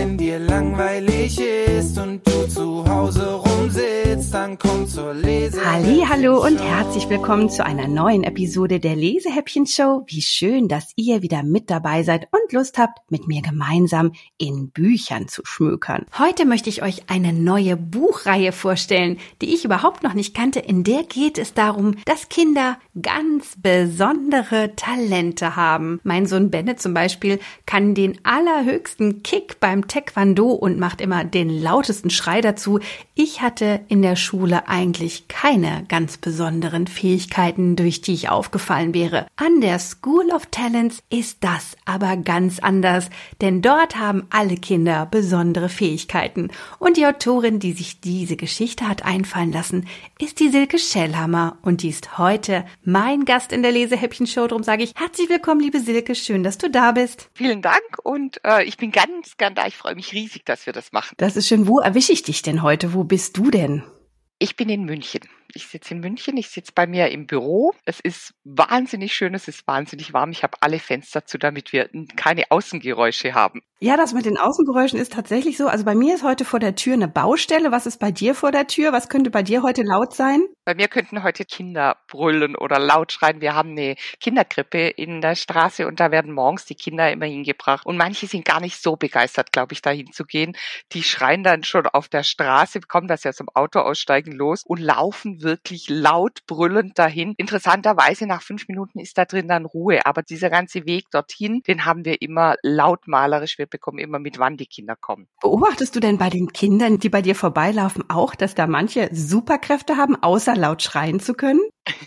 Wenn dir langweilig ist und du zu Hause rumsitzt, dann komm zur Lesehäppchen-Show. Hallo und herzlich willkommen zu einer neuen Episode der Lesehäppchen-Show. Wie schön, dass ihr wieder mit dabei seid und Lust habt, mit mir gemeinsam in Büchern zu schmökern. Heute möchte ich euch eine neue Buchreihe vorstellen, die ich überhaupt noch nicht kannte. In der geht es darum, dass Kinder ganz besondere Talente haben. Mein Sohn Bennett zum Beispiel kann den allerhöchsten Kick beim Taekwondo und macht immer den lautesten Schrei dazu. Ich hatte in der Schule eigentlich keine ganz besonderen Fähigkeiten, durch die ich aufgefallen wäre. An der School of Talents ist das aber ganz anders, denn dort haben alle Kinder besondere Fähigkeiten. Und die Autorin, die sich diese Geschichte hat einfallen lassen, ist die Silke Schellhammer und die ist heute mein Gast in der Lesehäppchen-Show. Darum sage ich herzlich willkommen, liebe Silke, schön, dass du da bist. Vielen Dank und ich bin ganz da. Ich freue mich riesig, dass wir das machen. Das ist schön. Wo erwische ich dich denn heute? Wo bist du denn? Ich bin in München. Ich sitze in München, ich sitze bei mir im Büro. Es ist wahnsinnig schön, es ist wahnsinnig warm. Ich habe alle Fenster zu, damit wir keine Außengeräusche haben. Ja, das mit den Außengeräuschen ist tatsächlich so. Also bei mir ist heute vor der Tür eine Baustelle. Was ist bei dir vor der Tür? Was könnte bei dir heute laut sein? Bei mir könnten heute Kinder brüllen oder laut schreien. Wir haben eine Kinderkrippe in der Straße und da werden morgens die Kinder immer hingebracht. Und manche sind gar nicht so begeistert, glaube ich, da hinzugehen. Die schreien dann schon auf der Straße, kommen das ja zum Auto aussteigen los und laufen wirklich laut brüllend dahin. Interessanterweise nach 5 Minuten ist da drin dann Ruhe. Aber dieser ganze Weg dorthin, den haben wir immer lautmalerisch. Wir bekommen immer mit, wann die Kinder kommen. Beobachtest du denn bei den Kindern, die bei dir vorbeilaufen, auch, dass da manche Superkräfte haben, außer laut schreien zu können?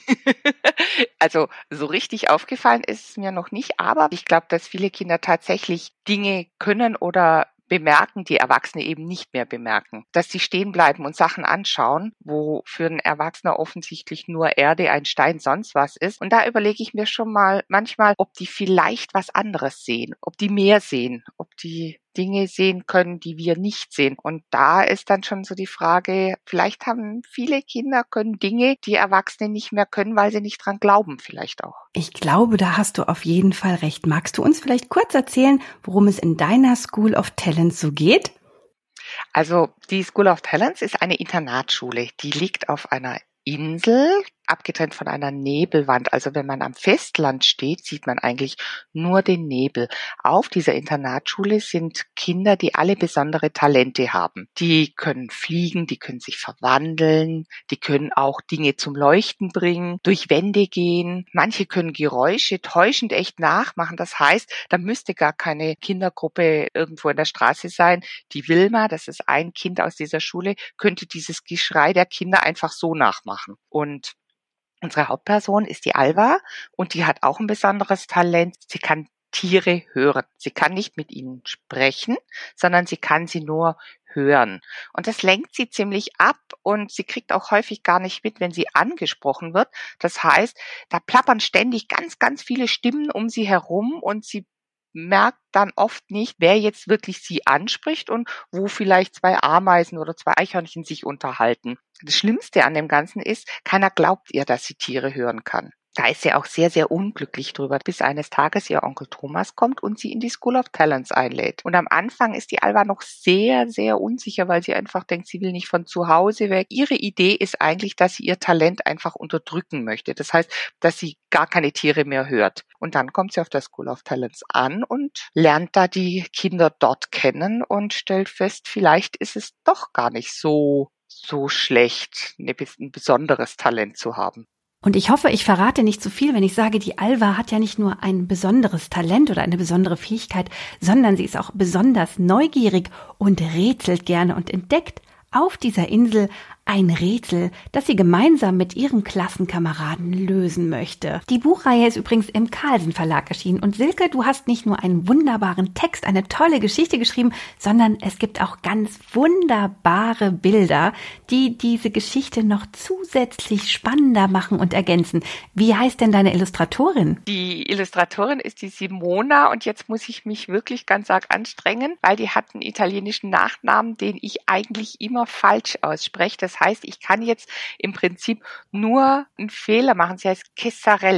Also so richtig aufgefallen ist es mir noch nicht, aber ich glaube, dass viele Kinder tatsächlich Dinge können oder bemerken, die Erwachsene eben nicht mehr bemerken. Dass sie stehen bleiben und Sachen anschauen, wo für einen Erwachsener offensichtlich nur Erde, ein Stein, sonst was ist. Und da überlege ich mir schon mal manchmal, ob die vielleicht was anderes sehen, ob die mehr sehen, ob die Dinge sehen können, die wir nicht sehen. Und da ist dann schon so die Frage, vielleicht haben viele Kinder können Dinge, die Erwachsene nicht mehr können, weil sie nicht dran glauben, vielleicht auch. Ich glaube, da hast du auf jeden Fall recht. Magst du uns vielleicht kurz erzählen, worum es in deiner School of Talents so geht? Also die School of Talents ist eine Internatsschule, die liegt auf einer Insel, abgetrennt von einer Nebelwand. Also wenn man am Festland steht, sieht man eigentlich nur den Nebel. Auf dieser Internatsschule sind Kinder, die alle besondere Talente haben. Die können fliegen, die können sich verwandeln, die können auch Dinge zum Leuchten bringen, durch Wände gehen. Manche können Geräusche täuschend echt nachmachen. Das heißt, da müsste gar keine Kindergruppe irgendwo in der Straße sein. Die Wilma, das ist ein Kind aus dieser Schule, könnte dieses Geschrei der Kinder einfach so nachmachen. Und unsere Hauptperson ist die Alva und die hat auch ein besonderes Talent. Sie kann Tiere hören. Sie kann nicht mit ihnen sprechen, sondern sie kann sie nur hören. Und das lenkt sie ziemlich ab und sie kriegt auch häufig gar nicht mit, wenn sie angesprochen wird. Das heißt, da plappern ständig ganz viele Stimmen um sie herum und sie merkt dann oft nicht, wer jetzt wirklich sie anspricht und wo vielleicht 2 Ameisen oder 2 Eichhörnchen sich unterhalten. Das Schlimmste an dem Ganzen ist, keiner glaubt ihr, dass sie Tiere hören kann. Da ist sie auch sehr unglücklich drüber, bis eines Tages ihr Onkel Thomas kommt und sie in die School of Talents einlädt. Und am Anfang ist die Alva noch sehr unsicher, weil sie einfach denkt, sie will nicht von zu Hause weg. Ihre Idee ist eigentlich, dass sie ihr Talent einfach unterdrücken möchte. Das heißt, dass sie gar keine Tiere mehr hört. Und dann kommt sie auf der School of Talents an und lernt da die Kinder dort kennen und stellt fest, vielleicht ist es doch gar nicht so schlecht, ein besonderes Talent zu haben. Und ich hoffe, ich verrate nicht zu viel, wenn ich sage, die Alva hat ja nicht nur ein besonderes Talent oder eine besondere Fähigkeit, sondern sie ist auch besonders neugierig und rätselt gerne und entdeckt auf dieser Insel ein Rätsel, das sie gemeinsam mit ihren Klassenkameraden lösen möchte. Die Buchreihe ist übrigens im Carlsen Verlag erschienen. Und Silke, du hast nicht nur einen wunderbaren Text, eine tolle Geschichte geschrieben, sondern es gibt auch ganz wunderbare Bilder, die diese Geschichte noch zusätzlich spannender machen und ergänzen. Wie heißt denn deine Illustratorin? Die Illustratorin ist die Simona und jetzt muss ich mich wirklich ganz arg anstrengen, weil die hat einen italienischen Nachnamen, den ich eigentlich immer falsch ausspreche. Das heißt, ich kann jetzt im Prinzip nur einen Fehler machen. Sie heißt Cesarelli.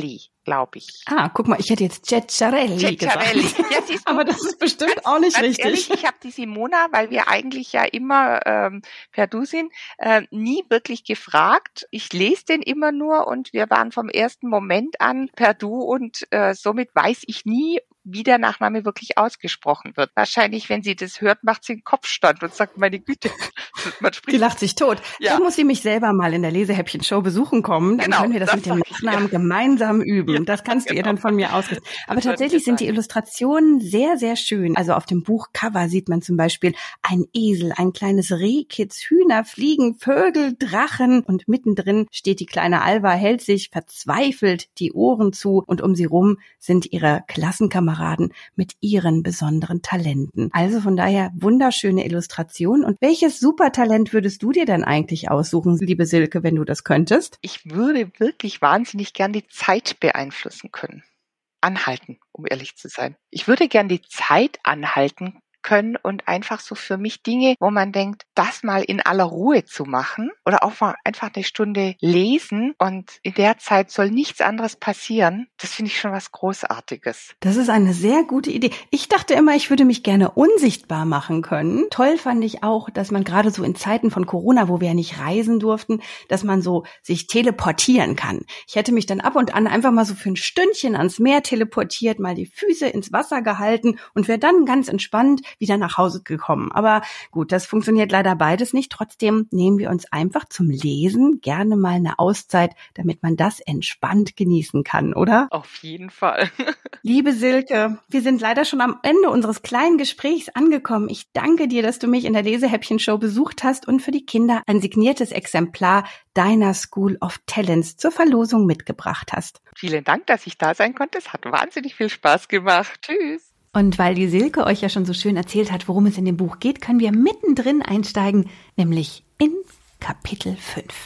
glaube ich. Guck mal, ich hätte jetzt Ceccarelli gesagt. Ja, siehst du, aber das ist bestimmt auch nicht richtig. Ehrlich, ich habe die Simona, weil wir eigentlich ja immer per Du sind, nie wirklich gefragt. Ich lese den immer nur und wir waren vom ersten Moment an per Du und somit weiß ich nie, wie der Nachname wirklich ausgesprochen wird. Wahrscheinlich, wenn sie das hört, macht sie einen Kopfstand und sagt, meine Güte, man spricht. Die lacht sich tot. Ja. So muss sie mich selber mal in der Lesehäppchen-Show besuchen kommen. Dann können wir das mit dem Nachnamen gemeinsam üben. Ja, das kannst du ihr dann von mir ausrichten. Aber tatsächlich sind die Illustrationen sehr, sehr schön. Also auf dem Buchcover sieht man zum Beispiel ein Esel, ein kleines Rehkitz, Hühner, Fliegen, Vögel, Drachen und mittendrin steht die kleine Alva, hält sich verzweifelt die Ohren zu und um sie rum sind ihre Klassenkameraden mit ihren besonderen Talenten. Also von daher wunderschöne Illustration. Und welches Supertalent würdest du dir denn eigentlich aussuchen, liebe Silke, wenn du das könntest? Ich würde wirklich wahnsinnig gern die Zeit beeinflussen können. Anhalten, um ehrlich zu sein. Ich würde gern die Zeit anhalten können und einfach so für mich Dinge, wo man denkt, das mal in aller Ruhe zu machen oder auch mal einfach eine Stunde lesen und in der Zeit soll nichts anderes passieren, das finde ich schon was Großartiges. Das ist eine sehr gute Idee. Ich dachte immer, ich würde mich gerne unsichtbar machen können. Toll fand ich auch, dass man gerade so in Zeiten von Corona, wo wir ja nicht reisen durften, dass man so sich teleportieren kann. Ich hätte mich dann ab und an einfach mal so für ein Stündchen ans Meer teleportiert, mal die Füße ins Wasser gehalten und wäre dann ganz entspannt wieder nach Hause gekommen. Aber gut, das funktioniert leider beides nicht. Trotzdem nehmen wir uns einfach zum Lesen gerne mal eine Auszeit, damit man das entspannt genießen kann, oder? Auf jeden Fall. Liebe Silke, wir sind leider schon am Ende unseres kleinen Gesprächs angekommen. Ich danke dir, dass du mich in der Lesehäppchen-Show besucht hast und für die Kinder ein signiertes Exemplar deiner School of Talents zur Verlosung mitgebracht hast. Vielen Dank, dass ich da sein konnte. Es hat wahnsinnig viel Spaß gemacht. Tschüss. Und weil die Silke euch ja schon so schön erzählt hat, worum es in dem Buch geht, können wir mittendrin einsteigen, nämlich in Kapitel 5.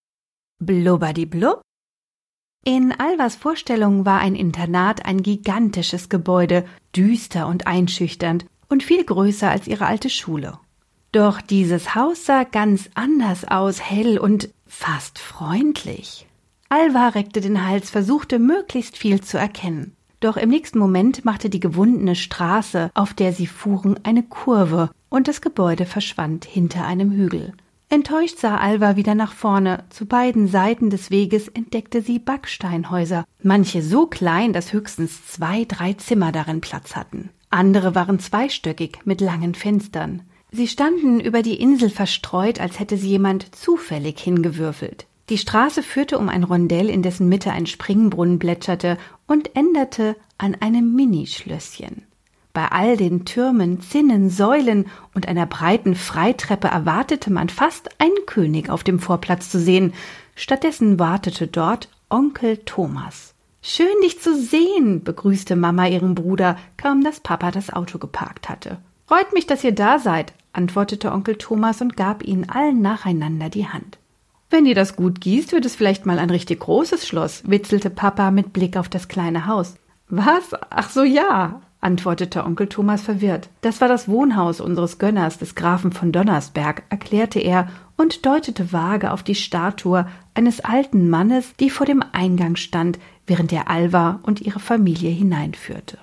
Blubberdiblub. In Alvas Vorstellung war ein Internat ein gigantisches Gebäude, düster und einschüchternd und viel größer als ihre alte Schule. Doch dieses Haus sah ganz anders aus, hell und fast freundlich. Alva reckte den Hals, versuchte möglichst viel zu erkennen. Doch im nächsten Moment machte die gewundene Straße, auf der sie fuhren, eine Kurve und das Gebäude verschwand hinter einem Hügel. Enttäuscht sah Alva wieder nach vorne. Zu beiden Seiten des Weges entdeckte sie Backsteinhäuser, manche so klein, dass höchstens 2, 3 Zimmer darin Platz hatten. Andere waren zweistöckig mit langen Fenstern. Sie standen über die Insel verstreut, als hätte sie jemand zufällig hingewürfelt. Die Straße führte um ein Rondell, in dessen Mitte ein Springbrunnen plätscherte und endete an einem Minischlösschen. Bei all den Türmen, Zinnen, Säulen und einer breiten Freitreppe erwartete man fast einen König auf dem Vorplatz zu sehen. Stattdessen wartete dort Onkel Thomas. »Schön, dich zu sehen«, begrüßte Mama ihren Bruder, kaum dass Papa das Auto geparkt hatte. »Freut mich, dass ihr da seid«, antwortete Onkel Thomas und gab ihnen allen nacheinander die Hand. »Wenn ihr das gut gießt, wird es vielleicht mal ein richtig großes Schloss«, witzelte Papa mit Blick auf das kleine Haus. »Was? Ach so, ja«, antwortete Onkel Thomas verwirrt. »Das war das Wohnhaus unseres Gönners, des Grafen von Donnersberg«, erklärte er und deutete vage auf die Statue eines alten Mannes, die vor dem Eingang stand, während er Alva und ihre Familie hineinführte.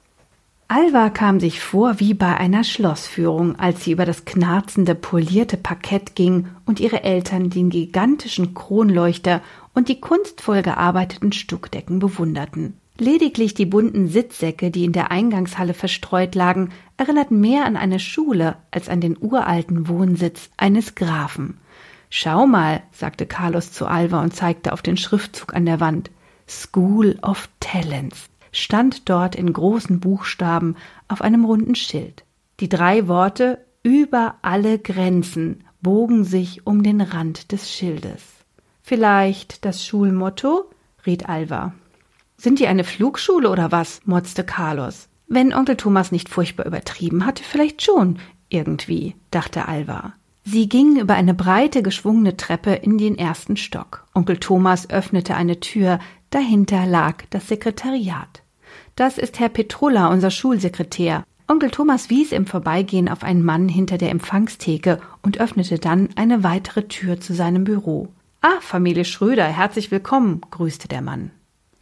Alva kam sich vor wie bei einer Schlossführung, als sie über das knarzende, polierte Parkett ging und ihre Eltern den gigantischen Kronleuchter und die kunstvoll gearbeiteten Stuckdecken bewunderten. Lediglich die bunten Sitzsäcke, die in der Eingangshalle verstreut lagen, erinnerten mehr an eine Schule als an den uralten Wohnsitz eines Grafen. »Schau mal«, sagte Carlos zu Alva und zeigte auf den Schriftzug an der Wand. »School of Talents« stand dort in großen Buchstaben auf einem runden Schild. Die 3 Worte »über alle Grenzen« bogen sich um den Rand des Schildes. »Vielleicht das Schulmotto?«, riet Alva. »Sind die eine Flugschule oder was?«, motzte Carlos. Wenn Onkel Thomas nicht furchtbar übertrieben hatte, vielleicht schon, irgendwie, dachte Alva. Sie ging über eine breite, geschwungene Treppe in den 1. Stock. Onkel Thomas öffnete eine Tür, dahinter lag das Sekretariat. »Das ist Herr Petrulla, unser Schulsekretär.« Onkel Thomas wies im Vorbeigehen auf einen Mann hinter der Empfangstheke und öffnete dann eine weitere Tür zu seinem Büro. »Ah, Familie Schröder, herzlich willkommen«, grüßte der Mann.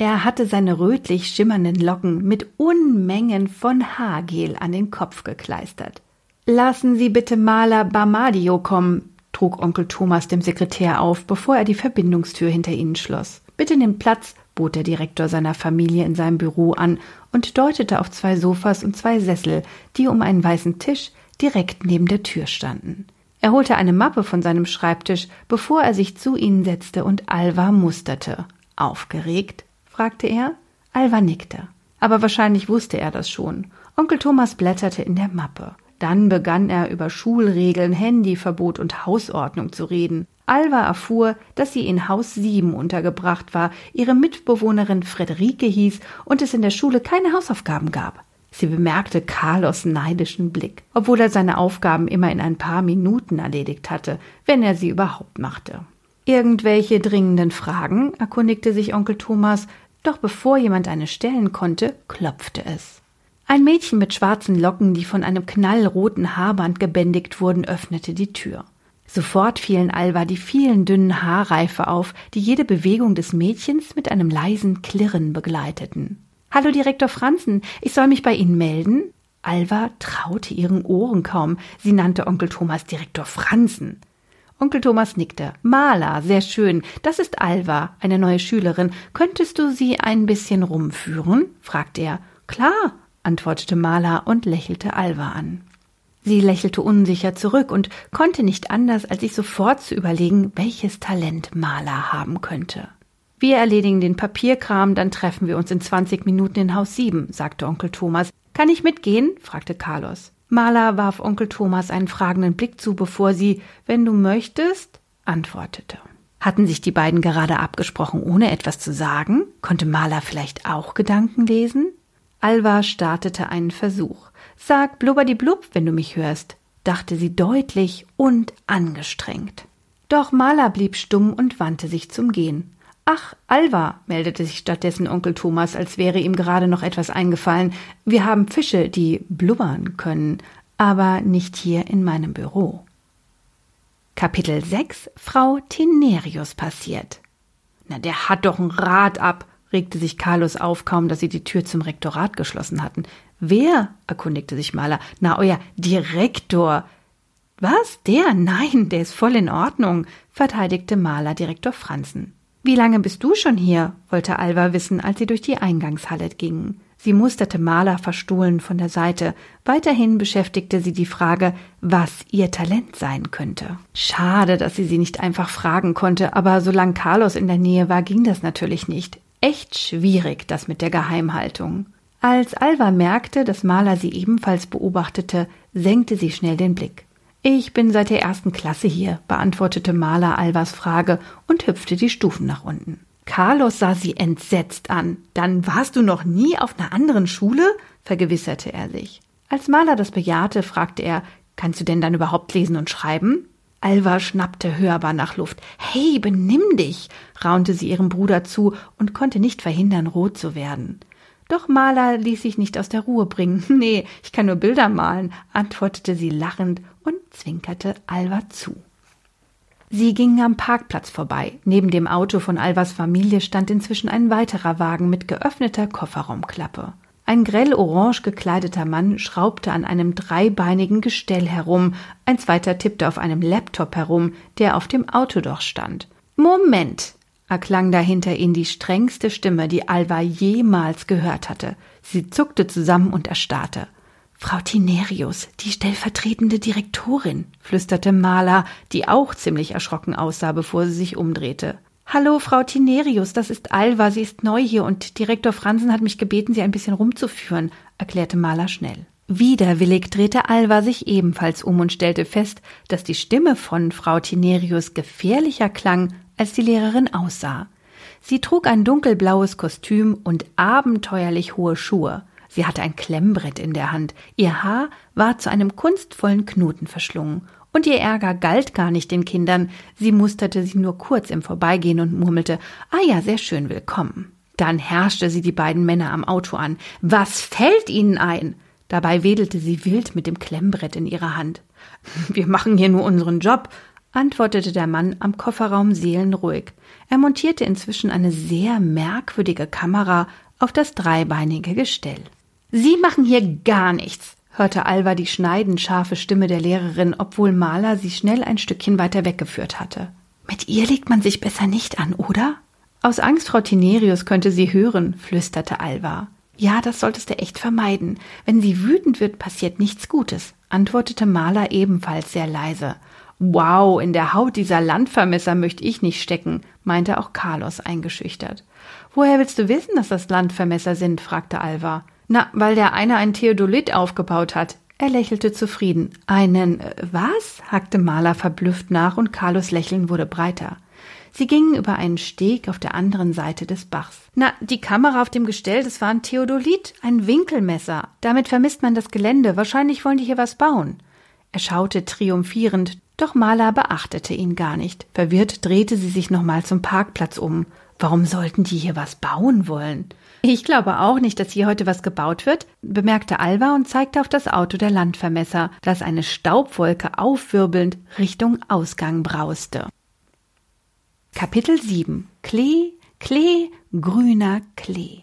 Er hatte seine rötlich schimmernden Locken mit Unmengen von Haargel an den Kopf gekleistert. »Lassen Sie bitte Maler Barmadio kommen«, trug Onkel Thomas dem Sekretär auf, bevor er die Verbindungstür hinter ihnen schloss. »Bitte nehmt Platz«, bot der Direktor seiner Familie in seinem Büro an und deutete auf 2 Sofas und 2 Sessel, die um einen weißen Tisch direkt neben der Tür standen. Er holte eine Mappe von seinem Schreibtisch, bevor er sich zu ihnen setzte und Alva musterte. »Aufgeregt?« fragte er. Alva nickte. Aber wahrscheinlich wusste er das schon. Onkel Thomas blätterte in der Mappe. Dann begann er über Schulregeln, Handyverbot und Hausordnung zu reden. Alva erfuhr, dass sie in Haus 7 untergebracht war, ihre Mitbewohnerin Friederike hieß und es in der Schule keine Hausaufgaben gab. Sie bemerkte Carlos' neidischen Blick, obwohl er seine Aufgaben immer in ein paar Minuten erledigt hatte, wenn er sie überhaupt machte. »Irgendwelche dringenden Fragen?« erkundigte sich Onkel Thomas, doch bevor jemand eine stellen konnte, klopfte es. Ein Mädchen mit schwarzen Locken, die von einem knallroten Haarband gebändigt wurden, öffnete die Tür. Sofort fielen Alva die vielen dünnen Haarreife auf, die jede Bewegung des Mädchens mit einem leisen Klirren begleiteten. »Hallo, Direktor Franzen, ich soll mich bei Ihnen melden?« Alva traute ihren Ohren kaum. Sie nannte Onkel Thomas Direktor Franzen. Onkel Thomas nickte. »Maler, sehr schön. Das ist Alva, eine neue Schülerin. Könntest du sie ein bisschen rumführen?« fragte er. »Klar«, antwortete Maler und lächelte Alva an. Sie lächelte unsicher zurück und konnte nicht anders, als sich sofort zu überlegen, welches Talent Maler haben könnte. »Wir erledigen den Papierkram, dann treffen wir uns in 20 Minuten in Haus 7«, sagte Onkel Thomas. »Kann ich mitgehen?« fragte Carlos. Maler warf Onkel Thomas einen fragenden Blick zu, bevor sie, »Wenn du möchtest«, antwortete. Hatten sich die beiden gerade abgesprochen, ohne etwas zu sagen? Konnte Maler vielleicht auch Gedanken lesen? Alva startete einen Versuch. »Sag blubberdiblub, wenn du mich hörst«, dachte sie deutlich und angestrengt. Doch Maler blieb stumm und wandte sich zum Gehen. »Ach, Alva«, meldete sich stattdessen Onkel Thomas, als wäre ihm gerade noch etwas eingefallen. »Wir haben Fische, die blubbern können, aber nicht hier in meinem Büro.« Kapitel 6 Frau Tinerius passiert. »Na, der hat doch ein Rad ab«, regte sich Carlos auf, kaum dass sie die Tür zum Rektorat geschlossen hatten. »Wer?« erkundigte sich Maler. »Na, euer Direktor.« »Was? Der? Nein, der ist voll in Ordnung«, verteidigte Maler Direktor Franzen. »Wie lange bist du schon hier?« wollte Alva wissen, als sie durch die Eingangshalle gingen. Sie musterte Maler verstohlen von der Seite. Weiterhin beschäftigte sie die Frage, was ihr Talent sein könnte. Schade, dass sie nicht einfach fragen konnte, aber solange Carlos in der Nähe war, ging das natürlich nicht. Echt schwierig, das mit der Geheimhaltung. Als Alva merkte, dass Maler sie ebenfalls beobachtete, senkte sie schnell den Blick. »Ich bin seit der 1. Klasse hier«, beantwortete Maler Alvas Frage und hüpfte die Stufen nach unten. Carlos sah sie entsetzt an. »Dann warst du noch nie auf einer anderen Schule?« vergewisserte er sich. Als Maler das bejahte, fragte er, »Kannst du denn dann überhaupt lesen und schreiben?« Alva schnappte hörbar nach Luft. »Hey, benimm dich«, raunte sie ihrem Bruder zu und konnte nicht verhindern, rot zu werden. Doch Maler ließ sich nicht aus der Ruhe bringen. »Nee, ich kann nur Bilder malen«, antwortete sie lachend und zwinkerte Alva zu. Sie gingen am Parkplatz vorbei. Neben dem Auto von Alvas Familie stand inzwischen ein weiterer Wagen mit geöffneter Kofferraumklappe. Ein grell orange gekleideter Mann schraubte an einem dreibeinigen Gestell herum, ein zweiter tippte auf einem Laptop herum, der auf dem Autodach stand. »Moment«, erklang dahinter ihnen die strengste Stimme, die Alva jemals gehört hatte. Sie zuckte zusammen und erstarrte. »Frau Tinerius, die stellvertretende Direktorin«, flüsterte Maler, die auch ziemlich erschrocken aussah, bevor sie sich umdrehte. »Hallo, Frau Tinerius, das ist Alva, sie ist neu hier und Direktor Franzen hat mich gebeten, sie ein bisschen rumzuführen«, erklärte Maler schnell. Widerwillig drehte Alva sich ebenfalls um und stellte fest, dass die Stimme von Frau Tinerius gefährlicher klang, als die Lehrerin aussah. Sie trug ein dunkelblaues Kostüm und abenteuerlich hohe Schuhe. Sie hatte ein Klemmbrett in der Hand, ihr Haar war zu einem kunstvollen Knoten verschlungen. Und ihr Ärger galt gar nicht den Kindern, sie musterte sie nur kurz im Vorbeigehen und murmelte, »Ah ja, sehr schön, willkommen.« Dann herrschte sie die beiden Männer am Auto an. »Was fällt Ihnen ein?« Dabei wedelte sie wild mit dem Klemmbrett in ihrer Hand. »Wir machen hier nur unseren Job«, antwortete der Mann am Kofferraum seelenruhig. Er montierte inzwischen eine sehr merkwürdige Kamera auf das dreibeinige Gestell. »Sie machen hier gar nichts«, hörte Alva die schneidend scharfe Stimme der Lehrerin, obwohl Marla sie schnell ein Stückchen weiter weggeführt hatte. »Mit ihr legt man sich besser nicht an, oder?« »Aus Angst, Frau Tinerius könnte sie hören«, flüsterte Alva. »Ja, das solltest du echt vermeiden. Wenn sie wütend wird, passiert nichts Gutes«, antwortete Marla ebenfalls sehr leise. »Wow, in der Haut dieser Landvermesser möchte ich nicht stecken«, meinte auch Carlos eingeschüchtert. »Woher willst du wissen, dass das Landvermesser sind?« fragte Alva. »Na, weil der eine ein Theodolit aufgebaut hat.« Er lächelte zufrieden. »Einen, was?« hackte Marla verblüfft nach und Carlos' Lächeln wurde breiter. Sie gingen über einen Steg auf der anderen Seite des Bachs. »Na, die Kamera auf dem Gestell, das war ein Theodolit, ein Winkelmesser. Damit vermisst man das Gelände. Wahrscheinlich wollen die hier was bauen.« Er schaute triumphierend, doch Marla beachtete ihn gar nicht. Verwirrt drehte sie sich nochmal zum Parkplatz um. Warum sollten die hier was bauen wollen? »Ich glaube auch nicht, dass hier heute was gebaut wird«, bemerkte Alva und zeigte auf das Auto der Landvermesser, das eine Staubwolke aufwirbelnd Richtung Ausgang brauste. Kapitel 7. Klee, Klee, grüner Klee.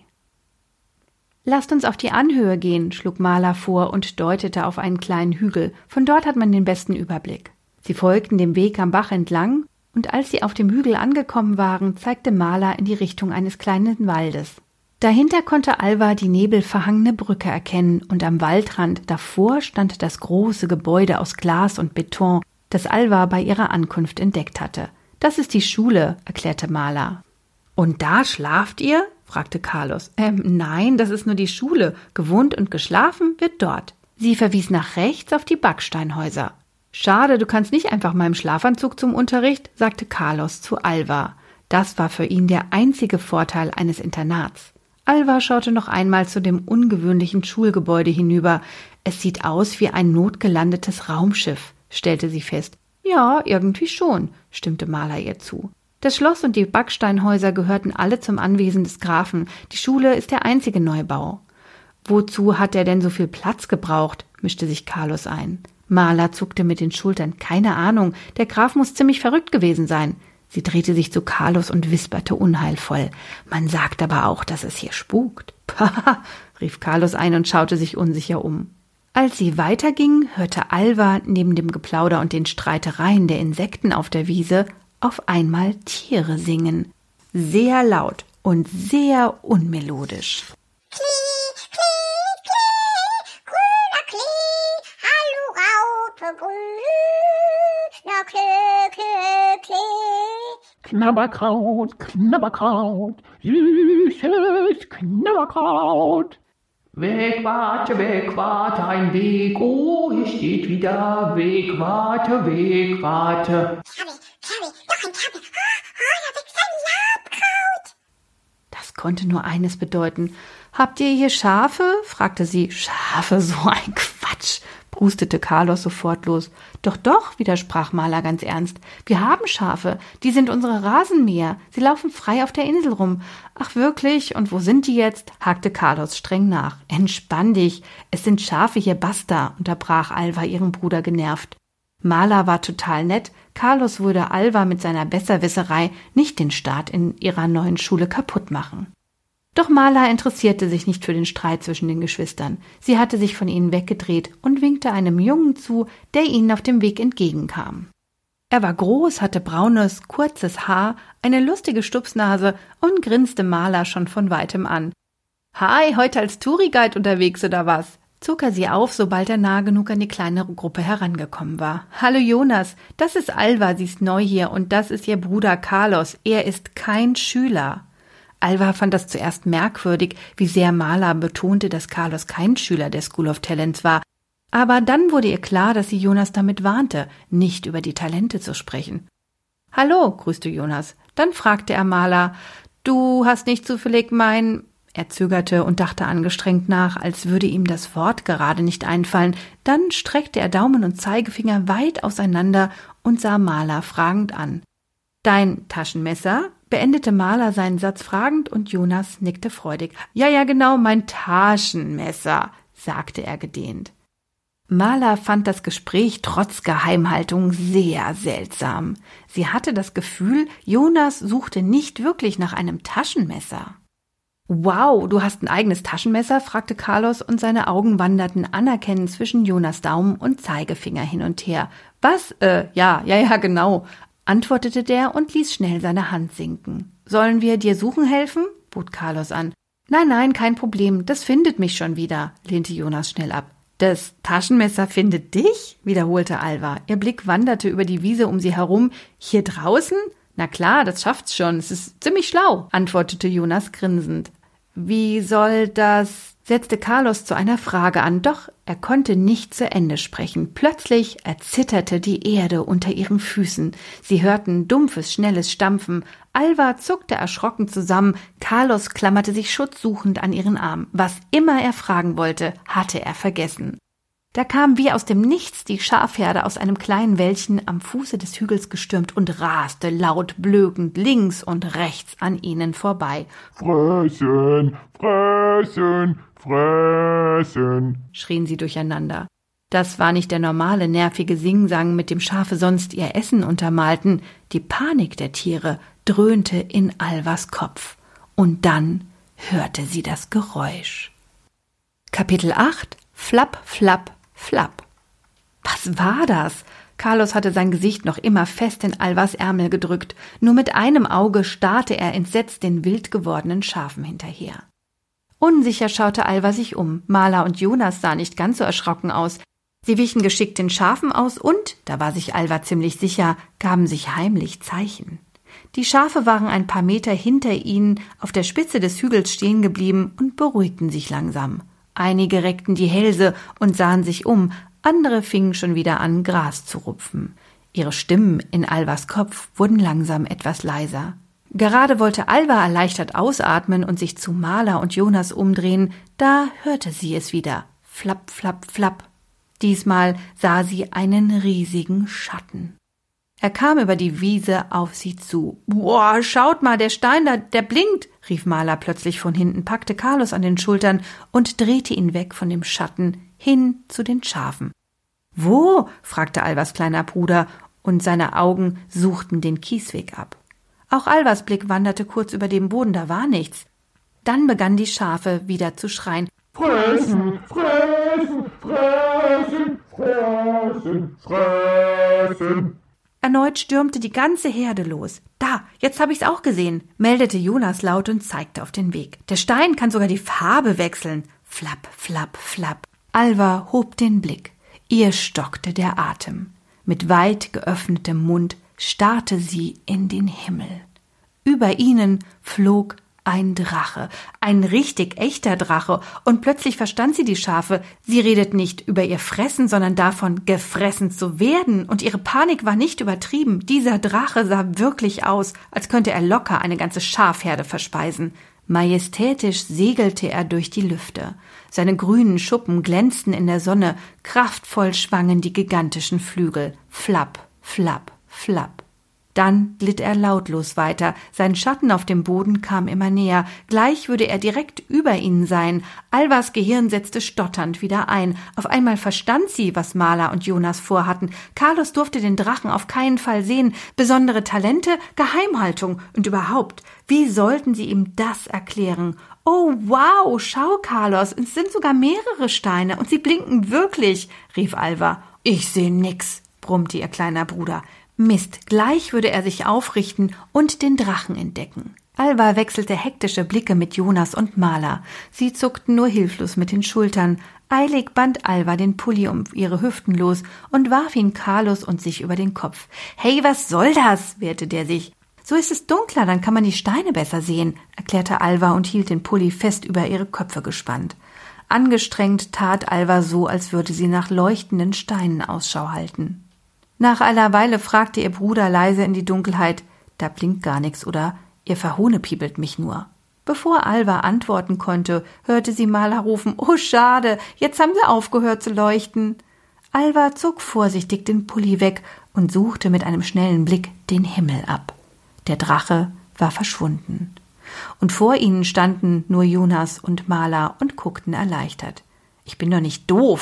»Lasst uns auf die Anhöhe gehen«, schlug Marla vor und deutete auf einen kleinen Hügel. »Von dort hat man den besten Überblick.« Sie folgten dem Weg am Bach entlang, und als sie auf dem Hügel angekommen waren, zeigte Marla in die Richtung eines kleinen Waldes. Dahinter konnte Alva die nebelverhangene Brücke erkennen, und am Waldrand davor stand das große Gebäude aus Glas und Beton, das Alva bei ihrer Ankunft entdeckt hatte. »Das ist die Schule«, erklärte Marla. »Und da schlaft ihr?« fragte Carlos. »Nein, das ist nur die Schule. Gewohnt und geschlafen wird dort.« Sie verwies nach rechts auf die Backsteinhäuser. »Schade, du kannst nicht einfach mal im Schlafanzug zum Unterricht«, sagte Carlos zu Alva. Das war für ihn der einzige Vorteil eines Internats. Alva schaute noch einmal zu dem ungewöhnlichen Schulgebäude hinüber. »Es sieht aus wie ein notgelandetes Raumschiff«, stellte sie fest. »Ja, irgendwie schon«, stimmte Marla ihr zu. Das Schloss und die Backsteinhäuser gehörten alle zum Anwesen des Grafen. Die Schule ist der einzige Neubau. »Wozu hat er denn so viel Platz gebraucht?«, mischte sich Carlos ein. Marla zuckte mit den Schultern. »Keine Ahnung, der Graf muss ziemlich verrückt gewesen sein.« Sie drehte sich zu Carlos und wisperte unheilvoll. »Man sagt aber auch, dass es hier spukt.« »Pah«, rief Carlos ein und schaute sich unsicher um. Als sie weitergingen, hörte Alva neben dem Geplauder und den Streitereien der Insekten auf der Wiese auf einmal Tiere singen. Sehr laut und sehr unmelodisch. Klee, Klee, Klee, grüner Klee, hallo Raupe grüner Klee, Klee, Klee. Knabberkraut, Knabberkraut, süßes Knabberkraut. Wegwarte, ein Weg, oh, hier steht wieder Wegwarte. Krabbe, noch ein Krabbe, da wächst ein Labkraut. Das konnte nur eines bedeuten. »Habt ihr hier Schafe?« fragte sie. »Schafe, so ein Quatsch«, prustete Carlos sofort los. »Doch«, widersprach Marla ganz ernst. »Wir haben Schafe, die sind unsere Rasenmäher. Sie laufen frei auf der Insel rum.« »Ach wirklich? Und wo sind die jetzt?« hakte Carlos streng nach. »Entspann dich, es sind Schafe hier, basta«, unterbrach Alva ihren Bruder genervt. Marla war total nett. Carlos würde Alva mit seiner Besserwisserei nicht den Start in ihrer neuen Schule kaputt machen. Doch Marla interessierte sich nicht für den Streit zwischen den Geschwistern. Sie hatte sich von ihnen weggedreht und winkte einem Jungen zu, der ihnen auf dem Weg entgegenkam. Er war groß, hatte braunes, kurzes Haar, eine lustige Stupsnase und grinste Marla schon von weitem an. »Hi, heute als Touriguide unterwegs oder was?« zog er sie auf, sobald er nah genug an die kleinere Gruppe herangekommen war. »Hallo Jonas, das ist Alva, sie ist neu hier und das ist ihr Bruder Carlos, er ist kein Schüler.« Alva fand das zuerst merkwürdig, wie sehr Marla betonte, dass Carlos kein Schüler der School of Talents war, aber dann wurde ihr klar, dass sie Jonas damit warnte, nicht über die Talente zu sprechen. »Hallo«, grüßte Jonas. Dann fragte er Marla, »Du hast nicht zufällig mein...« Er zögerte und dachte angestrengt nach, als würde ihm das Wort gerade nicht einfallen. Dann streckte er Daumen und Zeigefinger weit auseinander und sah Marla fragend an. »Dein Taschenmesser?« beendete Marla seinen Satz fragend und Jonas nickte freudig. Ja, genau, mein Taschenmesser«, sagte er gedehnt. Mala fand das Gespräch trotz Geheimhaltung sehr seltsam. Sie hatte das Gefühl, Jonas suchte nicht wirklich nach einem Taschenmesser. »Wow, du hast ein eigenes Taschenmesser?« fragte Carlos und seine Augen wanderten anerkennend zwischen Jonas Daumen und Zeigefinger hin und her. »Was? Ja, genau«, antwortete der und ließ schnell seine Hand sinken. »Sollen wir dir suchen helfen?« bot Carlos an. »Nein, kein Problem, das findet mich schon wieder«, lehnte Jonas schnell ab. »Das Taschenmesser findet dich?« wiederholte Alva. Ihr Blick wanderte über die Wiese um sie herum. »Hier draußen? Na klar, das schafft's schon. Es ist ziemlich schlau«, antwortete Jonas grinsend. »Wie soll das?« setzte Carlos zu einer Frage an, doch er konnte nicht zu Ende sprechen. Plötzlich erzitterte die Erde unter ihren Füßen. Sie hörten dumpfes, schnelles Stampfen. Alva zuckte erschrocken zusammen. Carlos klammerte sich schutzsuchend an ihren Arm. Was immer er fragen wollte, hatte er vergessen. Da kam wie aus dem Nichts die Schafherde aus einem kleinen Wäldchen am Fuße des Hügels gestürmt und raste laut blökend links und rechts an ihnen vorbei. »Fressen, fressen, fressen«, schrien sie durcheinander. Das war nicht der normale, nervige Singsang, mit dem Schafe sonst ihr Essen untermalten. Die Panik der Tiere dröhnte in Alvas Kopf. Und dann hörte sie das Geräusch. Kapitel 8 Flapp, flapp, flapp. Was war das? Carlos hatte sein Gesicht noch immer fest in Alvas Ärmel gedrückt. Nur mit einem Auge starrte er entsetzt den wild gewordenen Schafen hinterher. Unsicher schaute Alva sich um. Mala und Jonas sahen nicht ganz so erschrocken aus. Sie wichen geschickt den Schafen aus und, da war sich Alva ziemlich sicher, gaben sich heimlich Zeichen. Die Schafe waren ein paar Meter hinter ihnen auf der Spitze des Hügels stehen geblieben und beruhigten sich langsam. Einige reckten die Hälse und sahen sich um, andere fingen schon wieder an, Gras zu rupfen. Ihre Stimmen in Alvas Kopf wurden langsam etwas leiser. Gerade wollte Alva erleichtert ausatmen und sich zu Mala und Jonas umdrehen, da hörte sie es wieder. Flapp, flapp, flapp. Diesmal sah sie einen riesigen Schatten. Er kam über die Wiese auf sie zu. »Boah, schaut mal, der Stein da, der blinkt«, rief Mala plötzlich von hinten, packte Carlos an den Schultern und drehte ihn weg von dem Schatten hin zu den Schafen. »Wo?« fragte Alvas kleiner Bruder, und seine Augen suchten den Kiesweg ab. Auch Alvas Blick wanderte kurz über den Boden, da war nichts. Dann begannen die Schafe wieder zu schreien. »Fressen, fressen, fressen, fressen, fressen!« Erneut stürmte die ganze Herde los. »Da, jetzt habe ich's auch gesehen«, meldete Jonas laut und zeigte auf den Weg. »Der Stein kann sogar die Farbe wechseln. Flapp, flapp, flapp.« Alva hob den Blick. Ihr stockte der Atem. Mit weit geöffnetem Mund starrte sie in den Himmel. Über ihnen flog ein Drache, ein richtig echter Drache, und plötzlich verstand sie die Schafe. Sie redet nicht über ihr Fressen, sondern davon, gefressen zu werden, und ihre Panik war nicht übertrieben. Dieser Drache sah wirklich aus, als könnte er locker eine ganze Schafherde verspeisen. Majestätisch segelte er durch die Lüfte. Seine grünen Schuppen glänzten in der Sonne, kraftvoll schwangen die gigantischen Flügel. Flapp, flapp, flapp. Dann glitt er lautlos weiter. Sein Schatten auf dem Boden kam immer näher. Gleich würde er direkt über ihnen sein. Alvas Gehirn setzte stotternd wieder ein. Auf einmal verstand sie, was Mala und Jonas vorhatten. Carlos durfte den Drachen auf keinen Fall sehen. Besondere Talente, Geheimhaltung und überhaupt. Wie sollten sie ihm das erklären? »Oh, wow, schau, Carlos, es sind sogar mehrere Steine und sie blinken wirklich«, rief Alva. »Ich sehe nix«, brummte ihr kleiner Bruder. Mist, gleich würde er sich aufrichten und den Drachen entdecken. Alva wechselte hektische Blicke mit Jonas und Mala. Sie zuckten nur hilflos mit den Schultern. Eilig band Alva den Pulli um ihre Hüften los und warf ihn Carlos und sich über den Kopf. »Hey, was soll das?« wehrte der sich. »So ist es dunkler, dann kann man die Steine besser sehen«, erklärte Alva und hielt den Pulli fest über ihre Köpfe gespannt. Angestrengt tat Alva so, als würde sie nach leuchtenden Steinen Ausschau halten. Nach einer Weile fragte ihr Bruder leise in die Dunkelheit, »Da blinkt gar nichts, oder? Ihr verhohnepiepelt mich nur.« Bevor Alva antworten konnte, hörte sie Mala rufen, »Oh, schade, jetzt haben sie aufgehört zu leuchten.« Alva zog vorsichtig den Pulli weg und suchte mit einem schnellen Blick den Himmel ab. Der Drache war verschwunden. Und vor ihnen standen nur Jonas und Mala und guckten erleichtert. »Ich bin doch nicht doof«,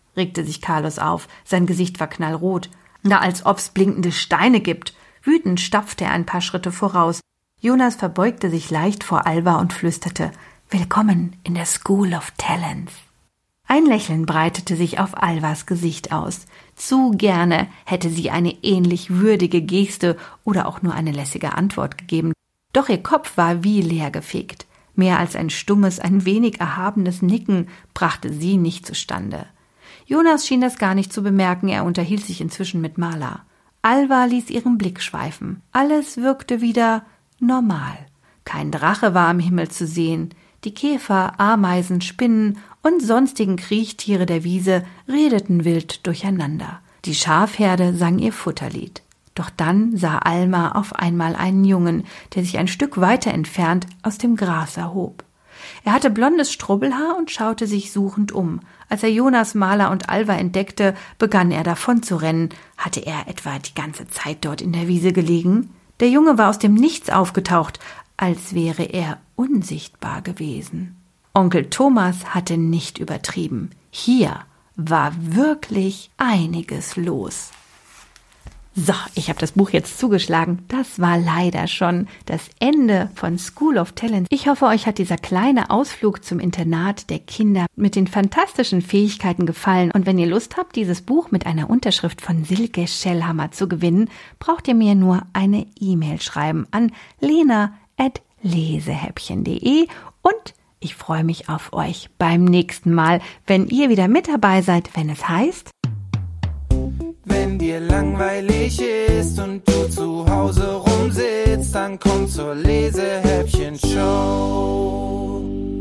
regte sich Carlos auf. Sein Gesicht war knallrot. Na, als ob's blinkende Steine gibt. Wütend stapfte er ein paar Schritte voraus. Jonas verbeugte sich leicht vor Alva und flüsterte: »Willkommen in der School of Talents.« Ein Lächeln breitete sich auf Alvas Gesicht aus. Zu gerne hätte sie eine ähnlich würdige Geste oder auch nur eine lässige Antwort gegeben. Doch ihr Kopf war wie leergefegt. Mehr als ein stummes, ein wenig erhabenes Nicken brachte sie nicht zustande. Jonas schien das gar nicht zu bemerken, er unterhielt sich inzwischen mit Marla. Alva ließ ihren Blick schweifen. Alles wirkte wieder normal. Kein Drache war am Himmel zu sehen. Die Käfer, Ameisen, Spinnen und sonstigen Kriechtiere der Wiese redeten wild durcheinander. Die Schafherde sang ihr Futterlied. Doch dann sah Alma auf einmal einen Jungen, der sich ein Stück weiter entfernt aus dem Gras erhob. Er hatte blondes Strubbelhaar und schaute sich suchend um. Als er Jonas, Marla und Alva entdeckte, begann er davon zu rennen. Hatte er etwa die ganze Zeit dort in der Wiese gelegen? Der Junge war aus dem Nichts aufgetaucht, als wäre er unsichtbar gewesen. Onkel Thomas hatte nicht übertrieben. Hier war wirklich einiges los. So, ich habe das Buch jetzt zugeschlagen. Das war leider schon das Ende von School of Talents. Ich hoffe, euch hat dieser kleine Ausflug zum Internat der Kinder mit den fantastischen Fähigkeiten gefallen. Und wenn ihr Lust habt, dieses Buch mit einer Unterschrift von Silke Schellhammer zu gewinnen, braucht ihr mir nur eine E-Mail schreiben an lena@lesehäppchen.de und ich freue mich auf euch beim nächsten Mal, wenn ihr wieder mit dabei seid, wenn es heißt: Wenn dir langweilig ist und du zu Hause rumsitzt, dann komm zur Lesehäppchen-Show.